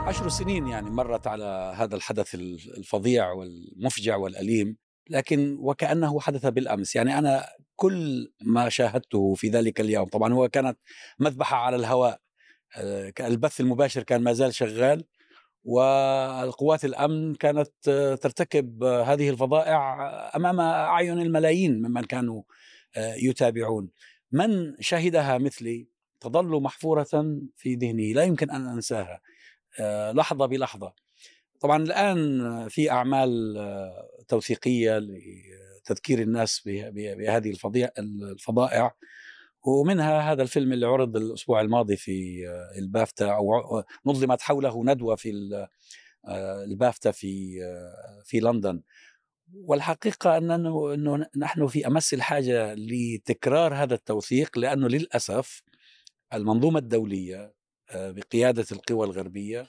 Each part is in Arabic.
10 سنين يعني مرت على هذا الحدث الفظيع والمفجع والأليم، لكن وكأنه حدث بالأمس. يعني أنا كل ما شاهدته في ذلك اليوم، طبعا هو كانت مذبحة على الهواء، البث المباشر كان ما زال شغال، والقوات الأمن كانت ترتكب هذه الفظائع أمام أعين الملايين ممن كانوا يتابعون. من شهدها مثلي تظل محفورة في ذهني، لا يمكن أن أنساها لحظة بلحظة. طبعا الآن في أعمال توثيقية لتذكير الناس بهذه الفظائع، ومنها هذا الفيلم اللي عرض الأسبوع الماضي في البافتا، أو نظمت حوله ندوة في البافتا في لندن. والحقيقة أنه نحن في أمس الحاجة لتكرار هذا التوثيق، لأنه للأسف المنظومة الدولية بقيادة القوى الغربية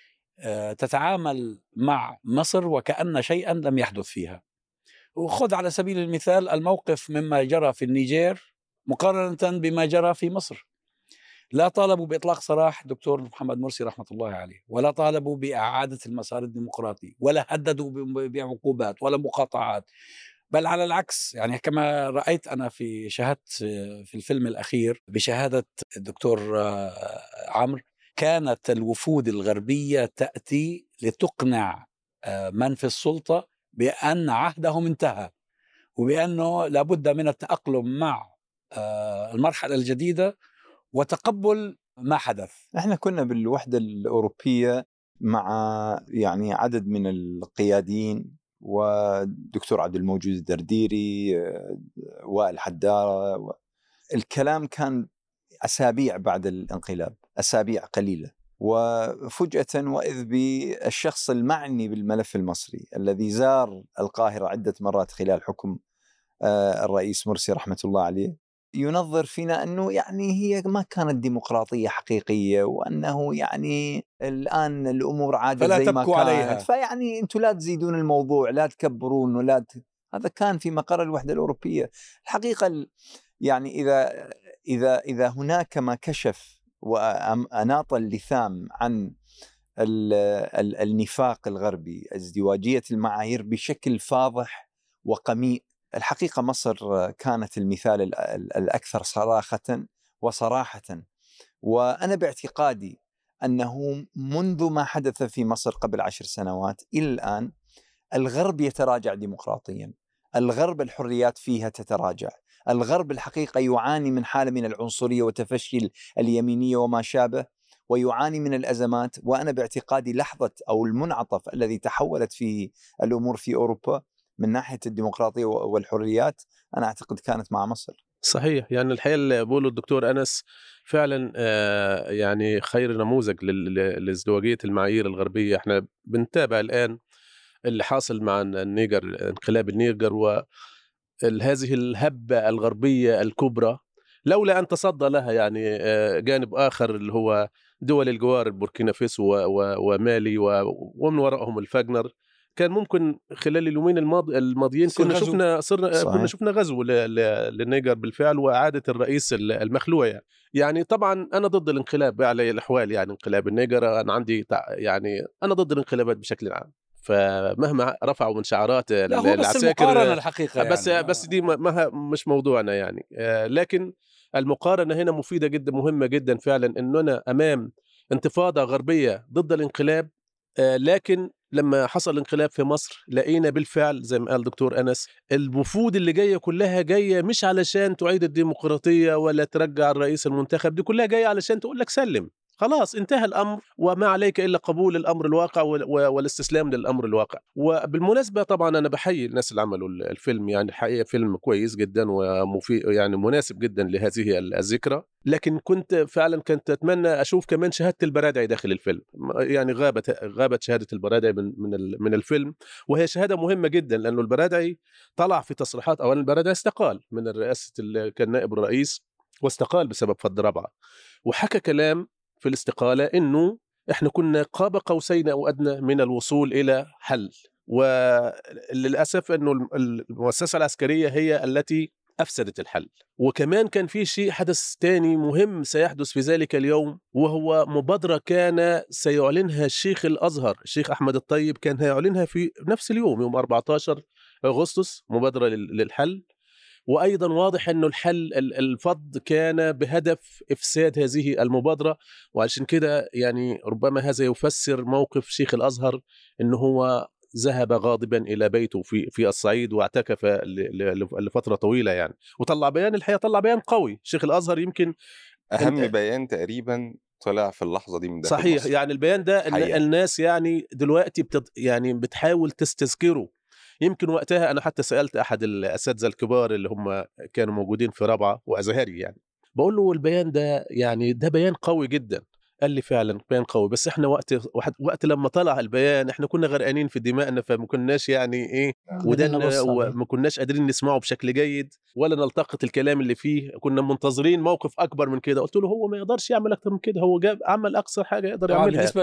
تتعامل مع مصر وكأن شيئا لم يحدث فيها. وخذ على سبيل المثال الموقف مما جرى في النيجير مقارنة بما جرى في مصر. لا طالبوا بإطلاق سراح دكتور محمد مرسي رحمة الله عليه، ولا طالبوا بإعادة المسار الديمقراطي، ولا هددوا بعقوبات ولا مقاطعات، بل على العكس. يعني كما رأيت أنا شاهدت في الفيلم الأخير بشهادة الدكتور عمرو، كانت الوفود الغربية تأتي لتقنع من في السلطة بأن عهدهم انتهى، وبأنه لابد من التأقلم مع المرحلة الجديدة وتقبل ما حدث. احنا كنا بالوحدة الأوروبية مع يعني عدد من القياديين، ودكتور عبد الموجود الدرديري، وائل حدارة. الكلام كان أسابيع بعد الانقلاب، أسابيع قليلة، وفجأة وإذ بالشخص المعني بالملف المصري الذي زار القاهرة عدة مرات خلال حكم الرئيس مرسي رحمة الله عليه، ينظر فينا أنه يعني هي ما كانت ديمقراطية حقيقية، وأنه يعني الآن الأمور عادة زي ما كانت عليها. فيعني أنتم لا تزيدون الموضوع، لا تكبرون هذا كان في مقر الوحدة الأوروبية. الحقيقة يعني إذا هناك ما كشف وأناط اللثام عن النفاق الغربي، ازدواجية المعايير بشكل فاضح وقميء، الحقيقة مصر كانت المثال الأكثر صراخة وصراحة. وأنا باعتقادي أنه منذ ما حدث في مصر قبل 10 سنوات إلى الآن الغرب يتراجع ديمقراطيا، الغرب الحريات فيها تتراجع، الغرب الحقيقة يعاني من حالة من العنصرية وتفشي اليمينية وما شابه، ويعاني من الأزمات. وأنا باعتقادي لحظة أو المنعطف الذي تحولت فيه الأمور في أوروبا من ناحية الديمقراطية والحريات أنا أعتقد كانت مع مصر. صحيح. يعني الحقيقة اللي بقوله الدكتور أنس فعلا يعني خير نموذج لازدواجية المعايير الغربية. احنا بنتابع الآن اللي حاصل مع النيجر، انقلاب النيجر، وهذه الهبة الغربية الكبرى لولا أن تصدى لها يعني جانب آخر اللي هو دول الجوار، البوركينا فاسو ومالي ومن وراءهم الفاجنر، كان ممكن خلال اليومين الماضيين كنا شفنا غزو للنيجر بالفعل، وإعادة الرئيس المخلوع. يعني طبعا أنا ضد الانقلاب على الأحوال، يعني انقلاب النيجر أنا عندي يعني أنا ضد الانقلابات بشكل عام. فمهما رفعوا من شعارات العساكر الحقيقة بس دي مش موضوعنا يعني. لكن المقارنة هنا مفيدة جدا، مهمة جدا فعلا، أننا أمام انتفاضة غربية ضد الانقلاب. لكن لما حصل الانقلاب في مصر لقينا بالفعل زي ما قال دكتور أنس، الوفود اللي جاية كلها جاية مش علشان تعيد الديمقراطية ولا ترجع الرئيس المنتخب، دي كلها جاية علشان تقول لك سلم، خلاص انتهى الأمر وما عليك إلا قبول الأمر الواقع والاستسلام للأمر الواقع. وبالمناسبة طبعا أنا بحيي الناس اللي عملوا الفيلم، يعني الحقيقة فيلم كويس جدا ومفيد، يعني مناسب جدا لهذه الذكرى. لكن كنت أتمنى أشوف كمان شهادة البرادعي داخل الفيلم. يعني غابت شهادة البرادعي من الفيلم، وهي شهادة مهمة جدا، لأنه البرادعي طلع في تصريحات. أولا البرادعي استقال من الرئاسة، كان نائب الرئيس واستقال بسبب فض ربعة، وحكى كلام في الاستقالة إنه إحنا كنا قاب قوسين أو أدنى من الوصول إلى حل. وللأسف إنه المؤسسة العسكرية هي التي أفسدت الحل. وكمان كان في شيء حدث تاني مهم سيحدث في ذلك اليوم، وهو مبادرة كان سيعلنها الشيخ الأزهر الشيخ أحمد الطيب، كان هيعلنها في نفس اليوم يوم 14 أغسطس، مبادرة للحل. وأيضا واضح أنه الحل الفض كان بهدف إفساد هذه المبادرة. وعشان كده يعني ربما هذا يفسر موقف شيخ الأزهر، أنه هو ذهب غاضبا إلى بيته في الصعيد واعتكف لفترة طويلة يعني، وطلع بيان. الحقيقة طلع بيان قوي شيخ الأزهر، يمكن اهم بيان تقريبا طلع في اللحظه دي من داخل صحيح مصر. يعني البيان ده الناس يعني دلوقتي يعني بتحاول تستذكره. يمكن وقتها أنا حتى سألت أحد الأساتذة الكبار اللي هم كانوا موجودين في رابعة وأزهري، يعني بقول له البيان ده يعني ده بيان قوي جدا. قال لي فعلا بيان قوي، بس احنا وقت لما طلع البيان احنا كنا غرقانين في دمائنا، فما كناش يعني ايه ودنا، وما كناش قادرين نسمعه بشكل جيد ولا نلتقط الكلام اللي فيه. كنا منتظرين موقف اكبر من كده. قلت له هو ما يقدرش يعمل اكتر من كده، هو عمل اقصى حاجه يقدر يعملها. بالنسبه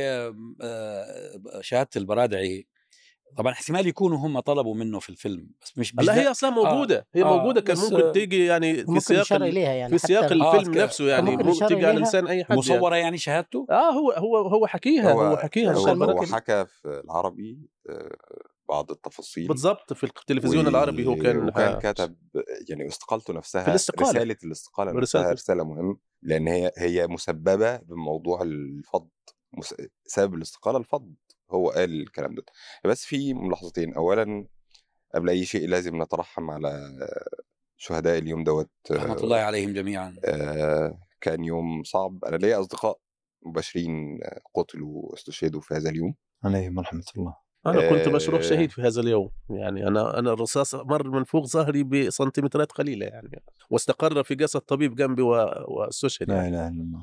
لشهاده البرادعي، طبعا احتمال يكونوا هم طلبوا منه في الفيلم، بس مش لا هي اصلا موجوده. هي موجوده، كان ممكن تيجي يعني في سياق يعني في سياق الفيلم نفسه، يعني ممكن تيجي على لسان اي حد مصوره يعني شهادته. هو حكيها. هو حكى في العربي بعض التفاصيل بالضبط في التلفزيون العربي. هو وكان كتب يعني استقالته نفسها في الاستقالة. رسالة الاستقالة نفسها رسالة مهمة، لأن هي مسببة بموضوع الفض. سبب الاستقالة الفض، هو قال الكلام ده. بس في ملاحظتين. أولا قبل أي شيء لازم نترحم على شهداء اليوم دوت، رحمة الله عليهم جميعا. كان يوم صعب. أنا ليا أصدقاء مباشرين قتلوا واستشهدوا في هذا اليوم، عليهم رحمة الله. أنا كنت مشروع شهيد في هذا اليوم، يعني أنا الرصاص مر من فوق ظهري بسنتيمترات قليلة يعني، واستقر في جسد طبيب جنبي واستشهد. لا إله إلا الله.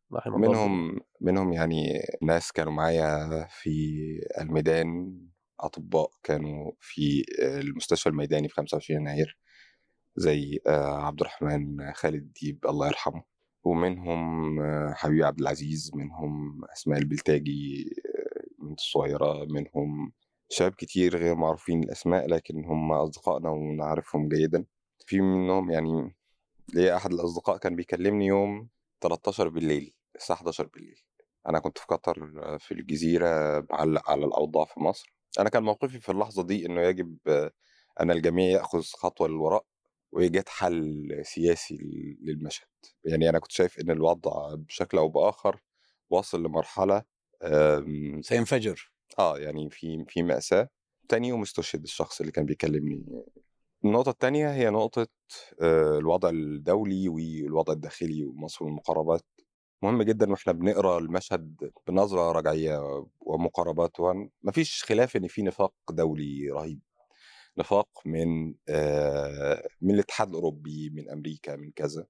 منهم يعني ناس كانوا معايا في الميدان، أطباء كانوا في المستشفى الميداني في 25 يناير، زي عبد الرحمن خالد ديب الله يرحمه، ومنهم حبيبي عبد العزيز، منهم أسماء البلتاجي من الصغيرة، منهم شباب كتير غير معروفين الأسماء لكن هم أصدقائنا ونعرفهم جيدا. في منهم يعني ليه أحد الأصدقاء كان بيكلمني يوم 13 بالليل الساعة 11 بالليل. أنا كنت في قطر في الجزيرة بعلق على الأوضاع في مصر. أنا كان موقفي في اللحظة دي إنه يجب أن الجميع يأخذ خطوة للوراء ويجد حل سياسي للمشهد. يعني أنا كنت شايف إن الوضع بشكل أو بآخر واصل لمرحلة سينفجر. يعني في مأساة. تاني يوم استشهد الشخص اللي كان بيكلمني. النقطة التانية هي نقطة الوضع الدولي والوضع الداخلي ومصر والمقاربات. مهم جدا واحنا بنقرأ المشهد بنظرة رجعية ومقاربات. مفيش خلاف ان في نفاق دولي رهيب، نفاق من الاتحاد الأوروبي، من أمريكا، من كذا،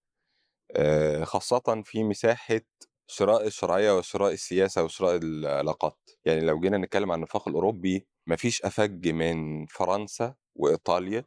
خاصة في مساحة شراء الشرعية وشراء السياسة وشراء العلاقات. يعني لو جينا نتكلم عن النفاق الأوروبي مفيش أفج من فرنسا وإيطاليا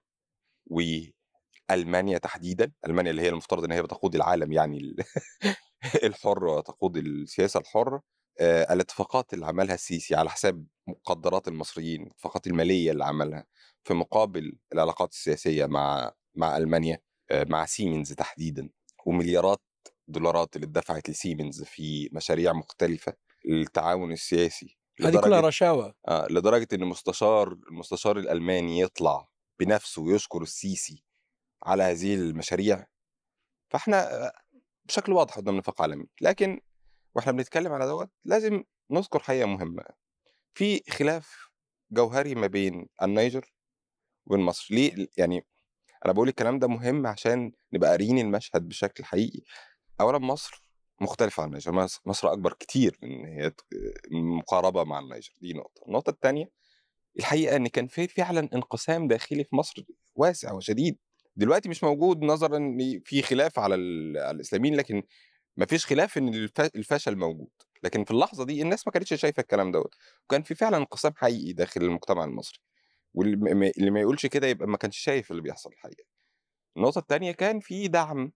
وألمانيا تحديدا. ألمانيا اللي هي المفترض أن هي بتقود العالم يعني الحر وتقود السياسة الحرة. الاتفاقات اللي عملها السيسي على حساب مقدرات المصريين، الاتفاقات المالية اللي عملها في مقابل العلاقات السياسية مع ألمانيا، مع سيمنز تحديدا، ومليارات دولارات اللي اتدفعت لسيمنز في مشاريع مختلفة للتعاون السياسي. هذه كلها رشاوى. لدرجة ان المستشار الألماني يطلع بنفسه ويشكر السيسي على هذه المشاريع. فاحنا بشكل واضح قدام نفاق عالمي. لكن واحنا بنتكلم على دوت لازم نذكر حقيقة مهمة. في خلاف جوهري ما بين النيجر وبين مصر. ليه؟ يعني انا بقول الكلام ده مهم عشان نبقى قاريين المشهد بشكل حقيقي. اولا مصر مختلفة عن النيجر. مصر اكبر كتير من هي مقاربة مع النيجر. دي نقطة. النقطة الثانية الحقيقة ان كان في فعلا انقسام داخلي في مصر واسع وشديد. دلوقتي مش موجود نظرا ان في خلاف على الاسلاميين، لكن ما فيش خلاف ان الفشل موجود. لكن في اللحظة دي الناس ما كانتش شايفة الكلام دوت، وكان في فعلا انقسام حقيقي داخل المجتمع المصري. واللي ما يقولش كده يبقى ما كانش شايف اللي بيحصل الحقيقة. النقطة الثانية كان في دعم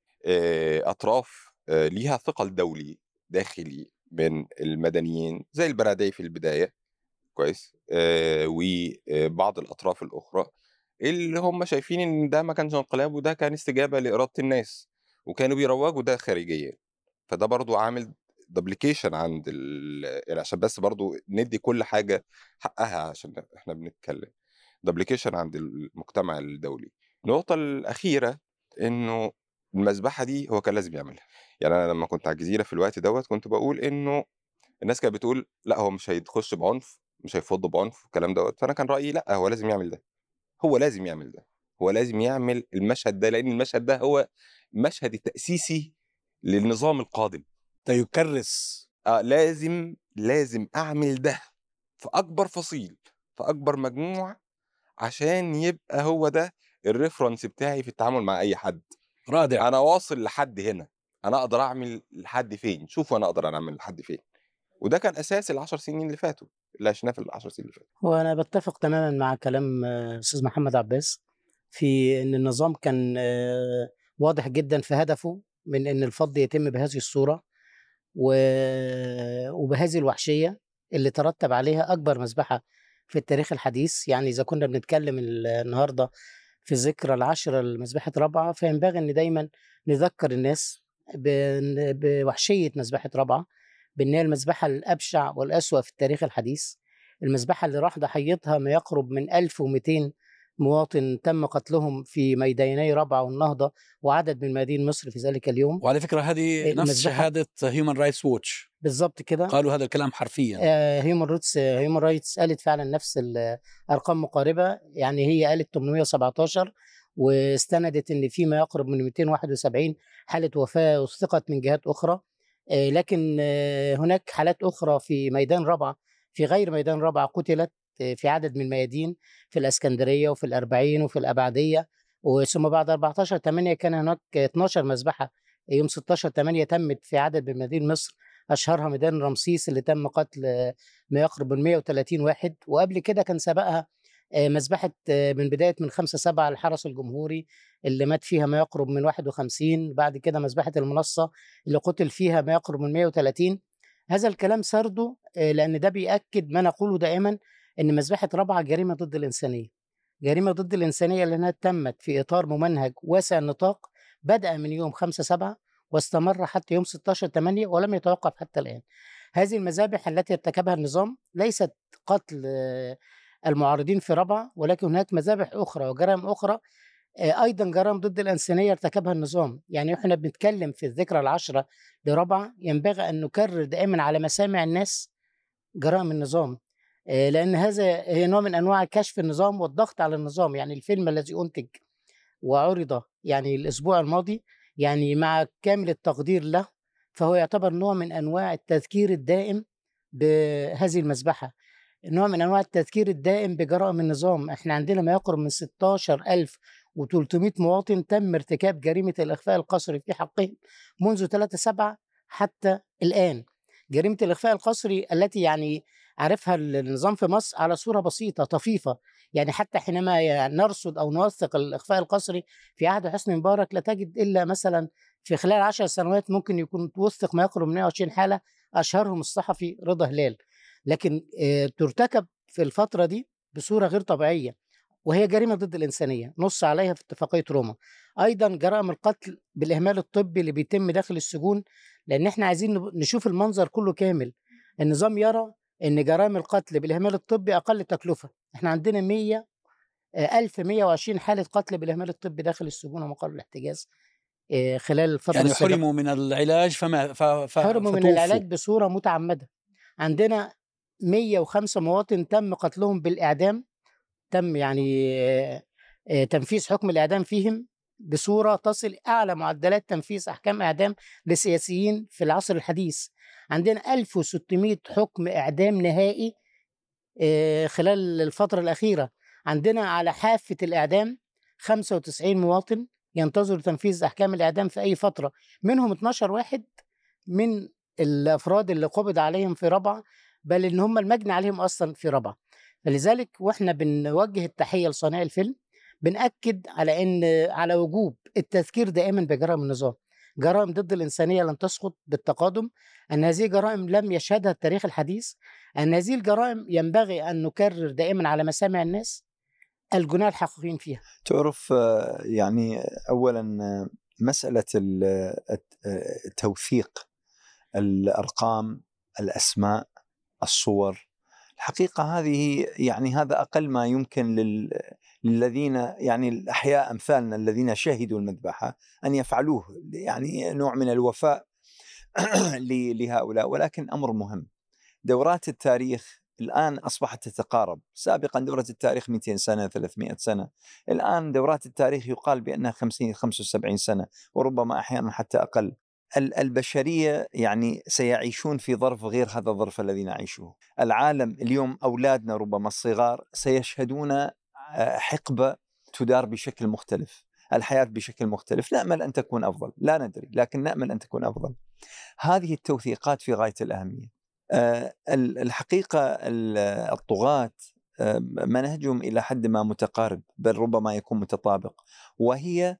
أطراف ليها ثقل دولي داخلي من المدنيين زي البرادعي في البداية، كويس، وبعض الأطراف الأخرى اللي هم شايفين ان ده ما كانش انقلاب وده كان استجابه لاراده الناس، وكانوا بيروجوا ده خارجيا. فده برضو عامل دبليكيشن عند يعني عشان بس برضو ندي كل حاجه حقها عشان احنا بنتكلم. دبليكيشن عند المجتمع الدولي. النقطه الاخيره انه المذبحه دي هو كان لازم يعملها. يعني انا لما كنت على الجزيره في الوقت دوت كنت بقول انه الناس كانت بتقول لا هو مش هيخش بعنف، مش هيفض بعنف والكلام دوت. فانا كان رايي لا، هو لازم يعمل ده، هو لازم يعمل ده، هو لازم يعمل المشهد ده، لان المشهد ده هو مشهد التاسيسي للنظام القادم. يكرس. لازم اعمل ده في اكبر فصيل، في اكبر مجموع، عشان يبقى هو ده الريفرنس بتاعي في التعامل مع اي حد. رادع. انا واصل لحد هنا، انا اقدر اعمل لحد فين، شوفوا انا اقدر اعمل لحد فين. وده كان اساس ال10 سنين اللي فاتوا، اللي عشناه في ال10 سنين اللي فاتوا. وأنا بتفق تماما مع كلام أستاذ محمد عباس في أن النظام كان واضح جدا في هدفه من أن الفض يتم بهذه الصورة وبهذه الوحشية اللي ترتب عليها أكبر مذبحة في التاريخ الحديث. يعني إذا كنا بنتكلم النهاردة في ذكرى العاشرة لمذبحة رابعة، فينبغي أن دايما نذكر الناس بوحشية مذبحة رابعة، بأن هي المذبحة الأبشع والأسوأ في التاريخ الحديث. المذبحة اللي راح ضحيتها ما يقرب من 1200 مواطن تم قتلهم في ميداني رابعة والنهضة وعدد من ميادين مصر في ذلك اليوم. وعلى فكرة هذه نفس شهادة هيومن رايتس ووتش بالضبط كده، قالوا هذا الكلام حرفيا. هيومن رايتس قالت فعلا نفس الأرقام مقاربة. يعني هي قالت 817 واستندت ان في ما يقرب من 271 حالة وفاة وثقت من جهات أخرى. لكن هناك حالات أخرى في ميدان رابعة، في غير ميدان رابعة، قتلت في عدد من الميادين، في الإسكندرية وفي الأربعين وفي الأبعدية. وثم بعد 14/8 كان هناك 12 مذبحة يوم 16/8 تمت في عدد من مدينة مصر، أشهرها ميدان رمسيس اللي تم قتل ما يقرب من 130 واحد. وقبل كده كان سبقها مذبحة من بداية من 5/7 الحرس الجمهوري اللي مات فيها ما يقرب من 51. بعد كده مذبحة المنصة اللي قتل فيها ما يقرب من 130. هذا الكلام سرده لأن ده بيأكد ما نقوله دائما، أن مذبحة رابعة جريمة ضد الإنسانية. جريمة ضد الإنسانية لأنها تمت في إطار ممنهج واسع النطاق، بدأ من يوم 5/7 واستمر حتى يوم 16/8 ولم يتوقف حتى الآن. هذه المذابح التي ارتكبها النظام ليست قتل المعارضين في رابعة، ولكن هناك مذابح أخرى وجرائم أخرى أيضا جرائم ضد الإنسانية ارتكبها النظام. يعني إحنا بنتكلم في الذكرى العاشرة لرابعة، ينبغي أن نكرر دائما على مسامع الناس جرائم النظام، لأن هذا هي نوع من أنواع كشف النظام والضغط على النظام. يعني الفيلم الذي أنتج وعرض يعني الأسبوع الماضي، يعني مع كامل التقدير له، فهو يعتبر نوع من أنواع التذكير الدائم بهذه المذبحة، نوع من أنواع التذكير الدائم بجرائم النظام. احنا عندنا ما يقرب من 16,300 مواطن تم ارتكاب جريمة الإخفاء القسري في حقهم منذ 3/7 حتى الآن. جريمة الإخفاء القسري التي يعني عرفها النظام في مصر على صورة بسيطة طفيفة. يعني حتى حينما نرصد أو نوثق الإخفاء القسري في عهد حسني مبارك لا تجد إلا مثلا في خلال 10 سنوات ممكن يكون توثق ما يقرب من 120 حالة، أشهرهم الصحفي رضا هلال. لكن ترتكب في الفترة دي بصورة غير طبيعية، وهي جريمة ضد الإنسانية نص عليها في اتفاقية روما. أيضا جرائم القتل بالإهمال الطبي اللي بيتم داخل السجون، لأن احنا عايزين نشوف المنظر كله كامل. النظام يرى أن جرائم القتل بالإهمال الطبي أقل تكلفة. احنا عندنا 1120 حالة قتل بالإهمال الطبي داخل السجون ومقر الاحتجاز خلال الفترة يعني حرموا من العلاج حرموا من العلاج بصورة متعمدة. عندنا 105 مواطن تم قتلهم بالإعدام، تم يعني تنفيذ حكم الإعدام فيهم بصورة تصل أعلى معدلات تنفيذ أحكام إعدام للسياسيين في العصر الحديث. عندنا 1600 حكم إعدام نهائي خلال الفترة الأخيرة. عندنا على حافة الإعدام 95 مواطن ينتظر تنفيذ أحكام الإعدام في أي فترة، منهم 12 واحد من الأفراد اللي قبض عليهم في رابعة، بل إن هم المجني عليهم أصلا في رابعة. فلذلك وإحنا بنوجه التحية لصانعي الفيلم، بنأكد على وجوب التذكير دائما بجرائم النظام. جرائم ضد الإنسانية لن تسقط بالتقادم، أن هذه جرائم لم يشهدها التاريخ الحديث، أن هذه الجرائم ينبغي أن نكرر دائما على مسامع الناس الجناه الحقيقيين فيها. تعرف يعني أولا مسألة توثيق الأرقام، الأسماء، الصور، الحقيقة هذه يعني هذا أقل ما يمكن للذين يعني الأحياء أمثالنا الذين شهدوا المذبحة أن يفعلوه، يعني نوع من الوفاء لهؤلاء. ولكن أمر مهم، دورات التاريخ الآن أصبحت تتقارب. سابقا دورة التاريخ 200 سنة 300 سنة، الآن دورات التاريخ يقال بأنها 50-75 سنة، وربما أحيانا حتى أقل. البشرية يعني سيعيشون في ظرف غير هذا الظرف الذي نعيشه. العالم اليوم أولادنا ربما الصغار سيشهدون حقبة تدار بشكل مختلف، الحياة بشكل مختلف. نأمل أن تكون أفضل، لا ندري، لكن نأمل أن تكون أفضل. هذه التوثيقات في غاية الأهمية. الحقيقة الطغاة منهجهم إلى حد ما متقارب، بل ربما يكون متطابق، وهي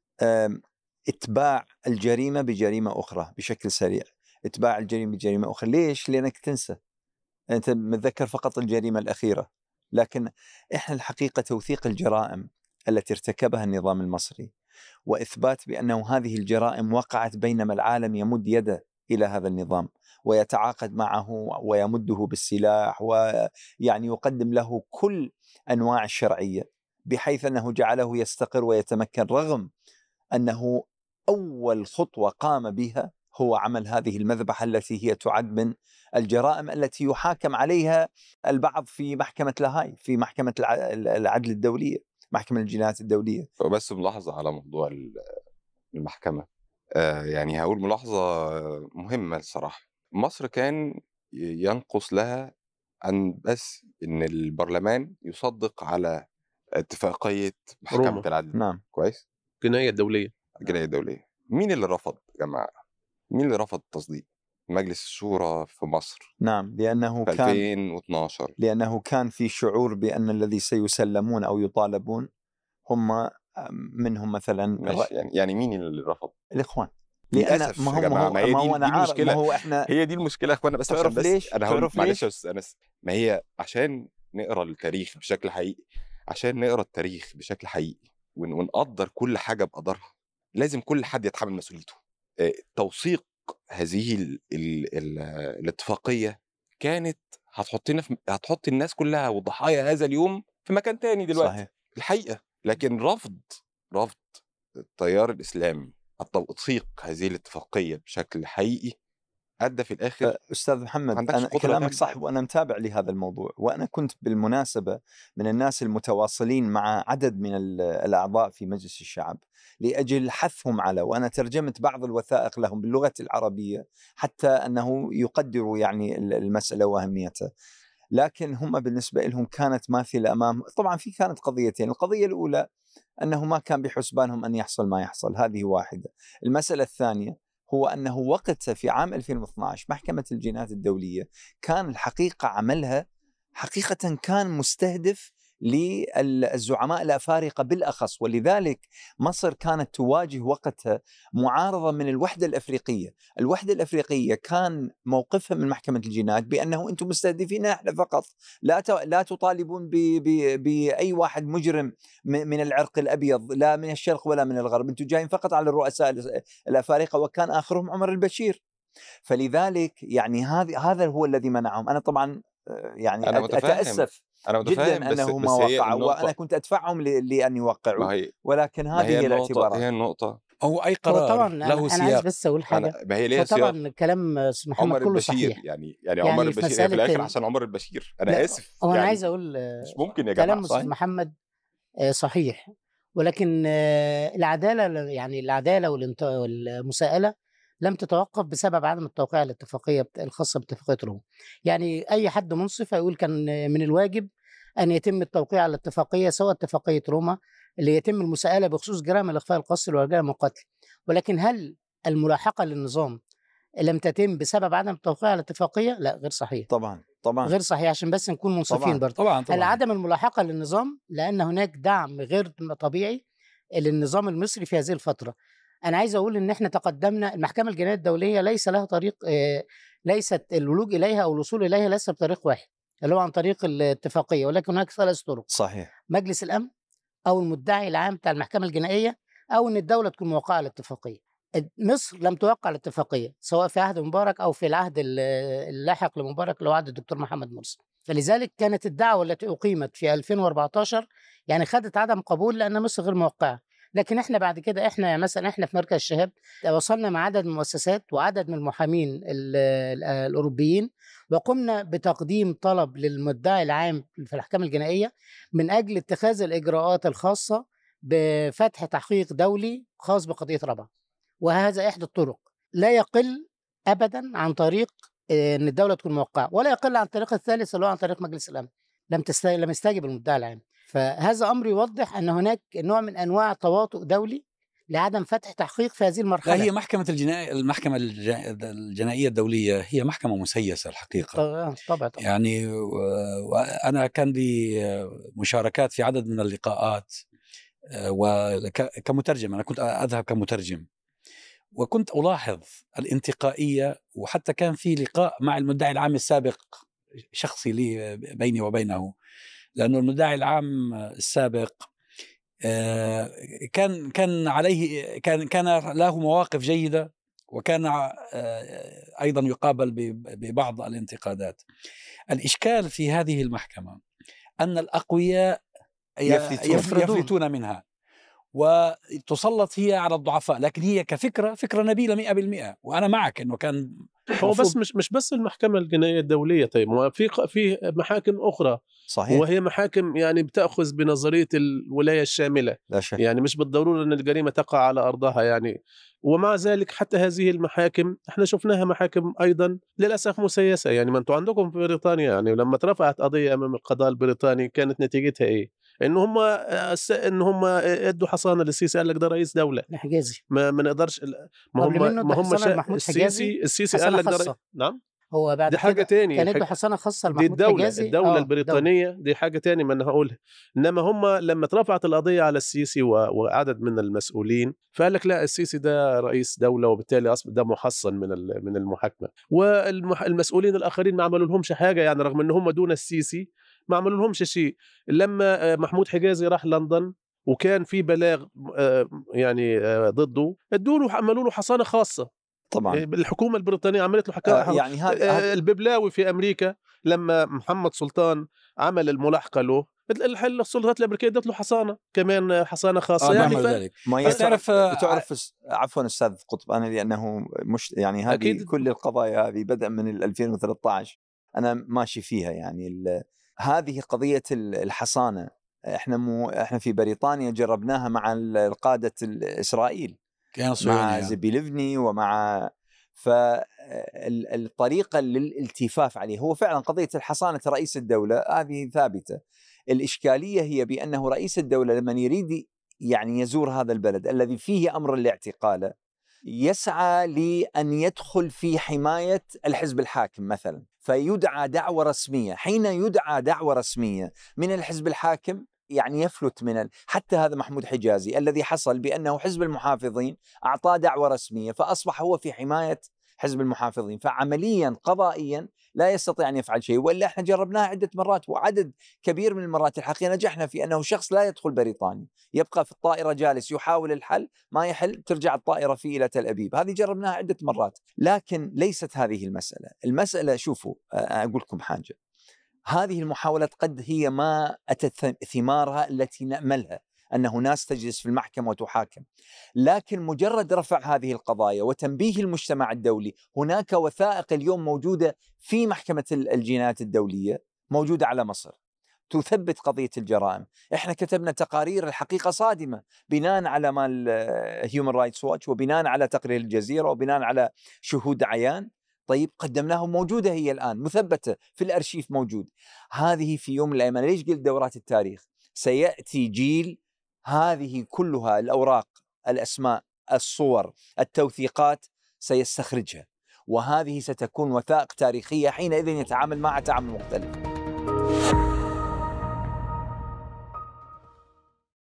اتباع الجريمة بجريمة أخرى بشكل سريع. اتباع الجريمة بجريمة أخرى. ليش؟ لأنك تنسى، أنت متذكر فقط الجريمة الأخيرة. لكن إحنا الحقيقة توثيق الجرائم التي ارتكبها النظام المصري، وإثبات بأنه هذه الجرائم وقعت بينما العالم يمد يده إلى هذا النظام ويتعاقد معه ويمده بالسلاح، ويعني يقدم له كل أنواع الشرعية، بحيث أنه جعله يستقر ويتمكن، رغم أنه أول خطوة قام بها هو عمل هذه المذبحة التي هي تعد من الجرائم التي يحاكم عليها البعض في محكمة لاهاي، في محكمة العدل الدولية، محكمة الجنايات الدولية. بس ملاحظة على موضوع المحكمة، يعني هقول ملاحظة مهمة الصراحة. مصر كان ينقص لها أن بس إن البرلمان يصدق على اتفاقية محكمة روما. العدل. نعم. كويس. الجناية الدولية. الجناية الدولية. مين اللي رفض يا جماعة؟ مين اللي رفض التصديق؟ مجلس الشورى في مصر. نعم، لأنه في كان 2012 لأنه كان في شعور بأن الذي سيسلمون أو يطالبون هم منهم مثلا ماشي. يعني مين اللي رفض؟ الإخوان. للأسف يا جماعة، ما هي دي المشكلة. ما هو احنا هي دي المشكلة يا اخوانا. بس عشان بس ليش؟ انا هقول تعرف معلش ليش؟ ما هي عشان نقرا التاريخ بشكل حقيقي، عشان نقرا التاريخ بشكل حقيقي ونقدر كل حاجة بقدرها، لازم كل حد يتحمل مسؤوليته. توثيق هذه الاتفاقية كانت هتحط الناس كلها وضحايا هذا اليوم في مكان تاني دلوقتي. صحيح. الحقيقة. لكن رفض التيار الإسلامي توثيق هذه الاتفاقية بشكل حقيقي أدى في الآخر. أستاذ محمد، أنا كلامك صح، وأنا متابع لهذا الموضوع، وأنا كنت بالمناسبة من الناس المتواصلين مع عدد من الأعضاء في مجلس الشعب لأجل حثهم على، وأنا ترجمت بعض الوثائق لهم باللغة العربية حتى أنه يقدروا يعني المسألة وأهميتها. لكن هم بالنسبة لهم كانت ماثلة أمام، طبعا كانت قضيتين. القضية الأولى أنه ما كان بحسبانهم أن يحصل ما يحصل، هذه واحدة. المسألة الثانية هو أنه وقتها في عام 2012 محكمة الجنايات الدولية كان الحقيقة عملها حقيقة كان مستهدف للزعماء الأفارقة بالأخص، ولذلك مصر كانت تواجه وقتها معارضة من الوحدة الأفريقية. الوحدة الأفريقية كان موقفها من محكمة الجنايات بأنه أنتم مستهدفين إحنا فقط، لا تطالبون بأي واحد مجرم من العرق الأبيض، لا من الشرق ولا من الغرب، أنتم جايين فقط على الرؤساء الأفارقة، وكان آخرهم عمر البشير. فلذلك يعني هذا هو الذي منعهم. أنا طبعا يعني أنا أتأسف جدا أنه ما وقعوا، وأنا كنت أدفعهم لأن يوقعوا، ولكن هذه هي الاعتبارات. هي النقطة. أو أي قرار طبعا له سياق. أنا عايز بس أقول حاجة. ما هي ليها طبعا سياق. كلام محمد كله البشير صحيح. يعني عمر البشير في الآخر عشان عمر البشير. أنا آسف. هو أنا عايز أقول مش ممكن يا جماعة. كلام أستاذ محمد صحيح، ولكن العدالة، يعني العدالة والمساءلة لم تتوقف بسبب عدم التوقيع على الاتفاقية الخاصة باتفاقية روما. يعني أي حد منصف هيقول كان من الواجب أن يتم التوقيع على الاتفاقية، سواء اتفاقية روما اللي يتم المساءلة بخصوص جرائم الإخفاء القسري وجرائم القتل. ولكن هل الملاحقة للنظام لم تتم بسبب عدم التوقيع على الاتفاقية؟ لا، غير صحيح. طبعا غير صحيح، عشان بس نكون منصفين برضه. طبعا هل عدم الملاحقة للنظام لأن هناك دعم غير طبيعي للنظام المصري في هذه الفترة. أنا عايز أقول إن إحنا تقدمنا، المحكمة الجنائية الدولية ليس لها طريق، ليست الولوج إليها أو الوصول إليها ليس بطريق واحد. اللي هو عن طريق الاتفاقية، ولكن هناك 3 طرق. صحيح. مجلس الأمن، أو المدعي العام بتاع المحكمة الجنائية، أو إن الدولة تكون موقعة على الاتفاقية. مصر لم توقع الاتفاقية سواء في عهد مبارك أو في العهد اللاحق لمبارك اللي هو عهد الدكتور محمد مرسي. فلذلك كانت الدعوة التي أقيمت في 2014 يعني خدت عدم قبول لأن مصر غير موقعة. لكن احنا بعد كده مثلا احنا في مركز الشهاب وصلنا مع عدد من المؤسسات وعدد من المحامين الأوروبيين، وقمنا بتقديم طلب للمدعي العام في الأحكام الجنائية من أجل اتخاذ الإجراءات الخاصة بفتح تحقيق دولي خاص بقضية رابعة. وهذا إحدى الطرق، لا يقل أبدا عن طريق أن الدولة تكون موقعة، ولا يقل عن الطريق الثالث اللي هو عن طريق مجلس الأمن. لم يستجب المدعي العام. فهذا أمر يوضح أن هناك نوع من أنواع تواطؤ دولي لعدم فتح تحقيق في هذه المرحلة. لا، هي المحكمة الجنائية الدولية هي محكمة مسيسة الحقيقة. طبعا. يعني وأنا كان لي مشاركات في عدد من اللقاءات وكمترجم. أنا كنت أذهب كمترجم، وكنت ألاحظ الانتقائية. وحتى كان في لقاء مع المدعي العام السابق شخصي لي بيني وبينه، لأنه المدعي العام السابق كان عليه كان له مواقف جيدة، وكان أيضا يقابل ببعض الانتقادات. الإشكال في هذه المحكمة أن الأقوياء يفلتون منها وتسلط هي على الضعفاء، لكن هي فكرة نبيلة 100%. وأنا معك أنه كان هو بس مش بس المحكمة الجنائية الدولية. طيب في محاكم أخرى. صحيح. وهي محاكم يعني بتأخذ بنظرية الولاية الشاملة. لا شك. يعني مش بالضرورة أن الجريمة تقع على أرضها يعني. ومع ذلك حتى هذه المحاكم احنا شفناها محاكم أيضا للأسف مسيسة. يعني ما أنتم عندكم في بريطانيا، يعني لما اترفعت قضية أمام القضاء البريطاني كانت نتيجتها إيه؟ إن هم ادوا حصانة للسيسي، قال لك ده رئيس دولة حجازي، ما نقدرش. ما هم السيسي قال لك ده. نعم، هو بعد دي حاجة تاني. كان له حصانة خاصة دي الدولة البريطانية دي حاجة تاني ما أنا هقولها. إنما هم لما اترفعت القضية على السيسي وعدد من المسؤولين فقال لك لا، السيسي ده رئيس دولة وبالتالي ده محصن من المحاكمة. والمسؤولين الآخرين ما عملوا لهمش حاجة، يعني رغم إن هم دون السيسي ما عملوا لهمش شيء. لما محمود حجازي راح لندن وكان في بلاغ يعني ضده، ادوا له عملوا له حصانة خاصة. طبعا الحكومة البريطانية عملت له يعني الببلاوي في أمريكا لما محمد سلطان عمل الملاحقة له، السلطات الأمريكية ادت له حصانة كمان، حصانة خاصة. يعني ما تعرف عفوا أستاذ قطب، أنا لأنه يعني هذه كل القضايا هذه بدأ من 2013 أنا ماشي فيها. يعني هذه قضية الحصانة احنا في بريطانيا جربناها مع القادة الإسرائيل، مع زبيلفني ومع فالطريقة للالتفاف عليه هو فعلا قضية الحصانة رئيس الدولة هذه ثابتة. الإشكالية هي بأنه رئيس الدولة لما يريد يعني يزور هذا البلد الذي فيه أمر الاعتقال يسعى لأن يدخل في حماية الحزب الحاكم مثلا، فيدعى دعوة رسمية. حين يدعى دعوة رسمية من الحزب الحاكم يعني يفلت حتى هذا محمود حجازي الذي حصل بأنه حزب المحافظين أعطاه دعوة رسمية فأصبح هو في حماية حزب المحافظين، فعمليا قضائيا لا يستطيع أن يفعل شيء. وإلا احنا جربناها عدة مرات وعدد كبير من المرات الحقيقة نجحنا في أنه شخص لا يدخل بريطانيا، يبقى في الطائرة جالس يحاول الحل، ما يحل ترجع الطائرة فيه إلى تل أبيب. هذه جربناها عدة مرات. لكن ليست هذه المسألة شوفوا أقول لكم حاجة، هذه المحاولات قد هي ما أتت ثمارها التي نأملها، أنه ناس تجلس في المحكمة وتحاكم، لكن مجرد رفع هذه القضايا وتنبيه المجتمع الدولي. هناك وثائق اليوم موجودة في محكمة الجنايات الدولية موجودة على مصر تثبت قضية الجرائم. احنا كتبنا تقارير الحقيقة صادمة بناء على مال هيومن رايتس واتش وبناء على تقرير الجزيرة وبناء على شهود عيان. طيب قدمناها موجودة هي الآن مثبتة في الأرشيف موجود. هذه في يوم من الأيام ليش قلت دورات التاريخ سيأتي جيل هذه كلها الأوراق الأسماء الصور التوثيقات سيستخرجها، وهذه ستكون وثائق تاريخية حينئذ يتعامل مع تعامل مختلف.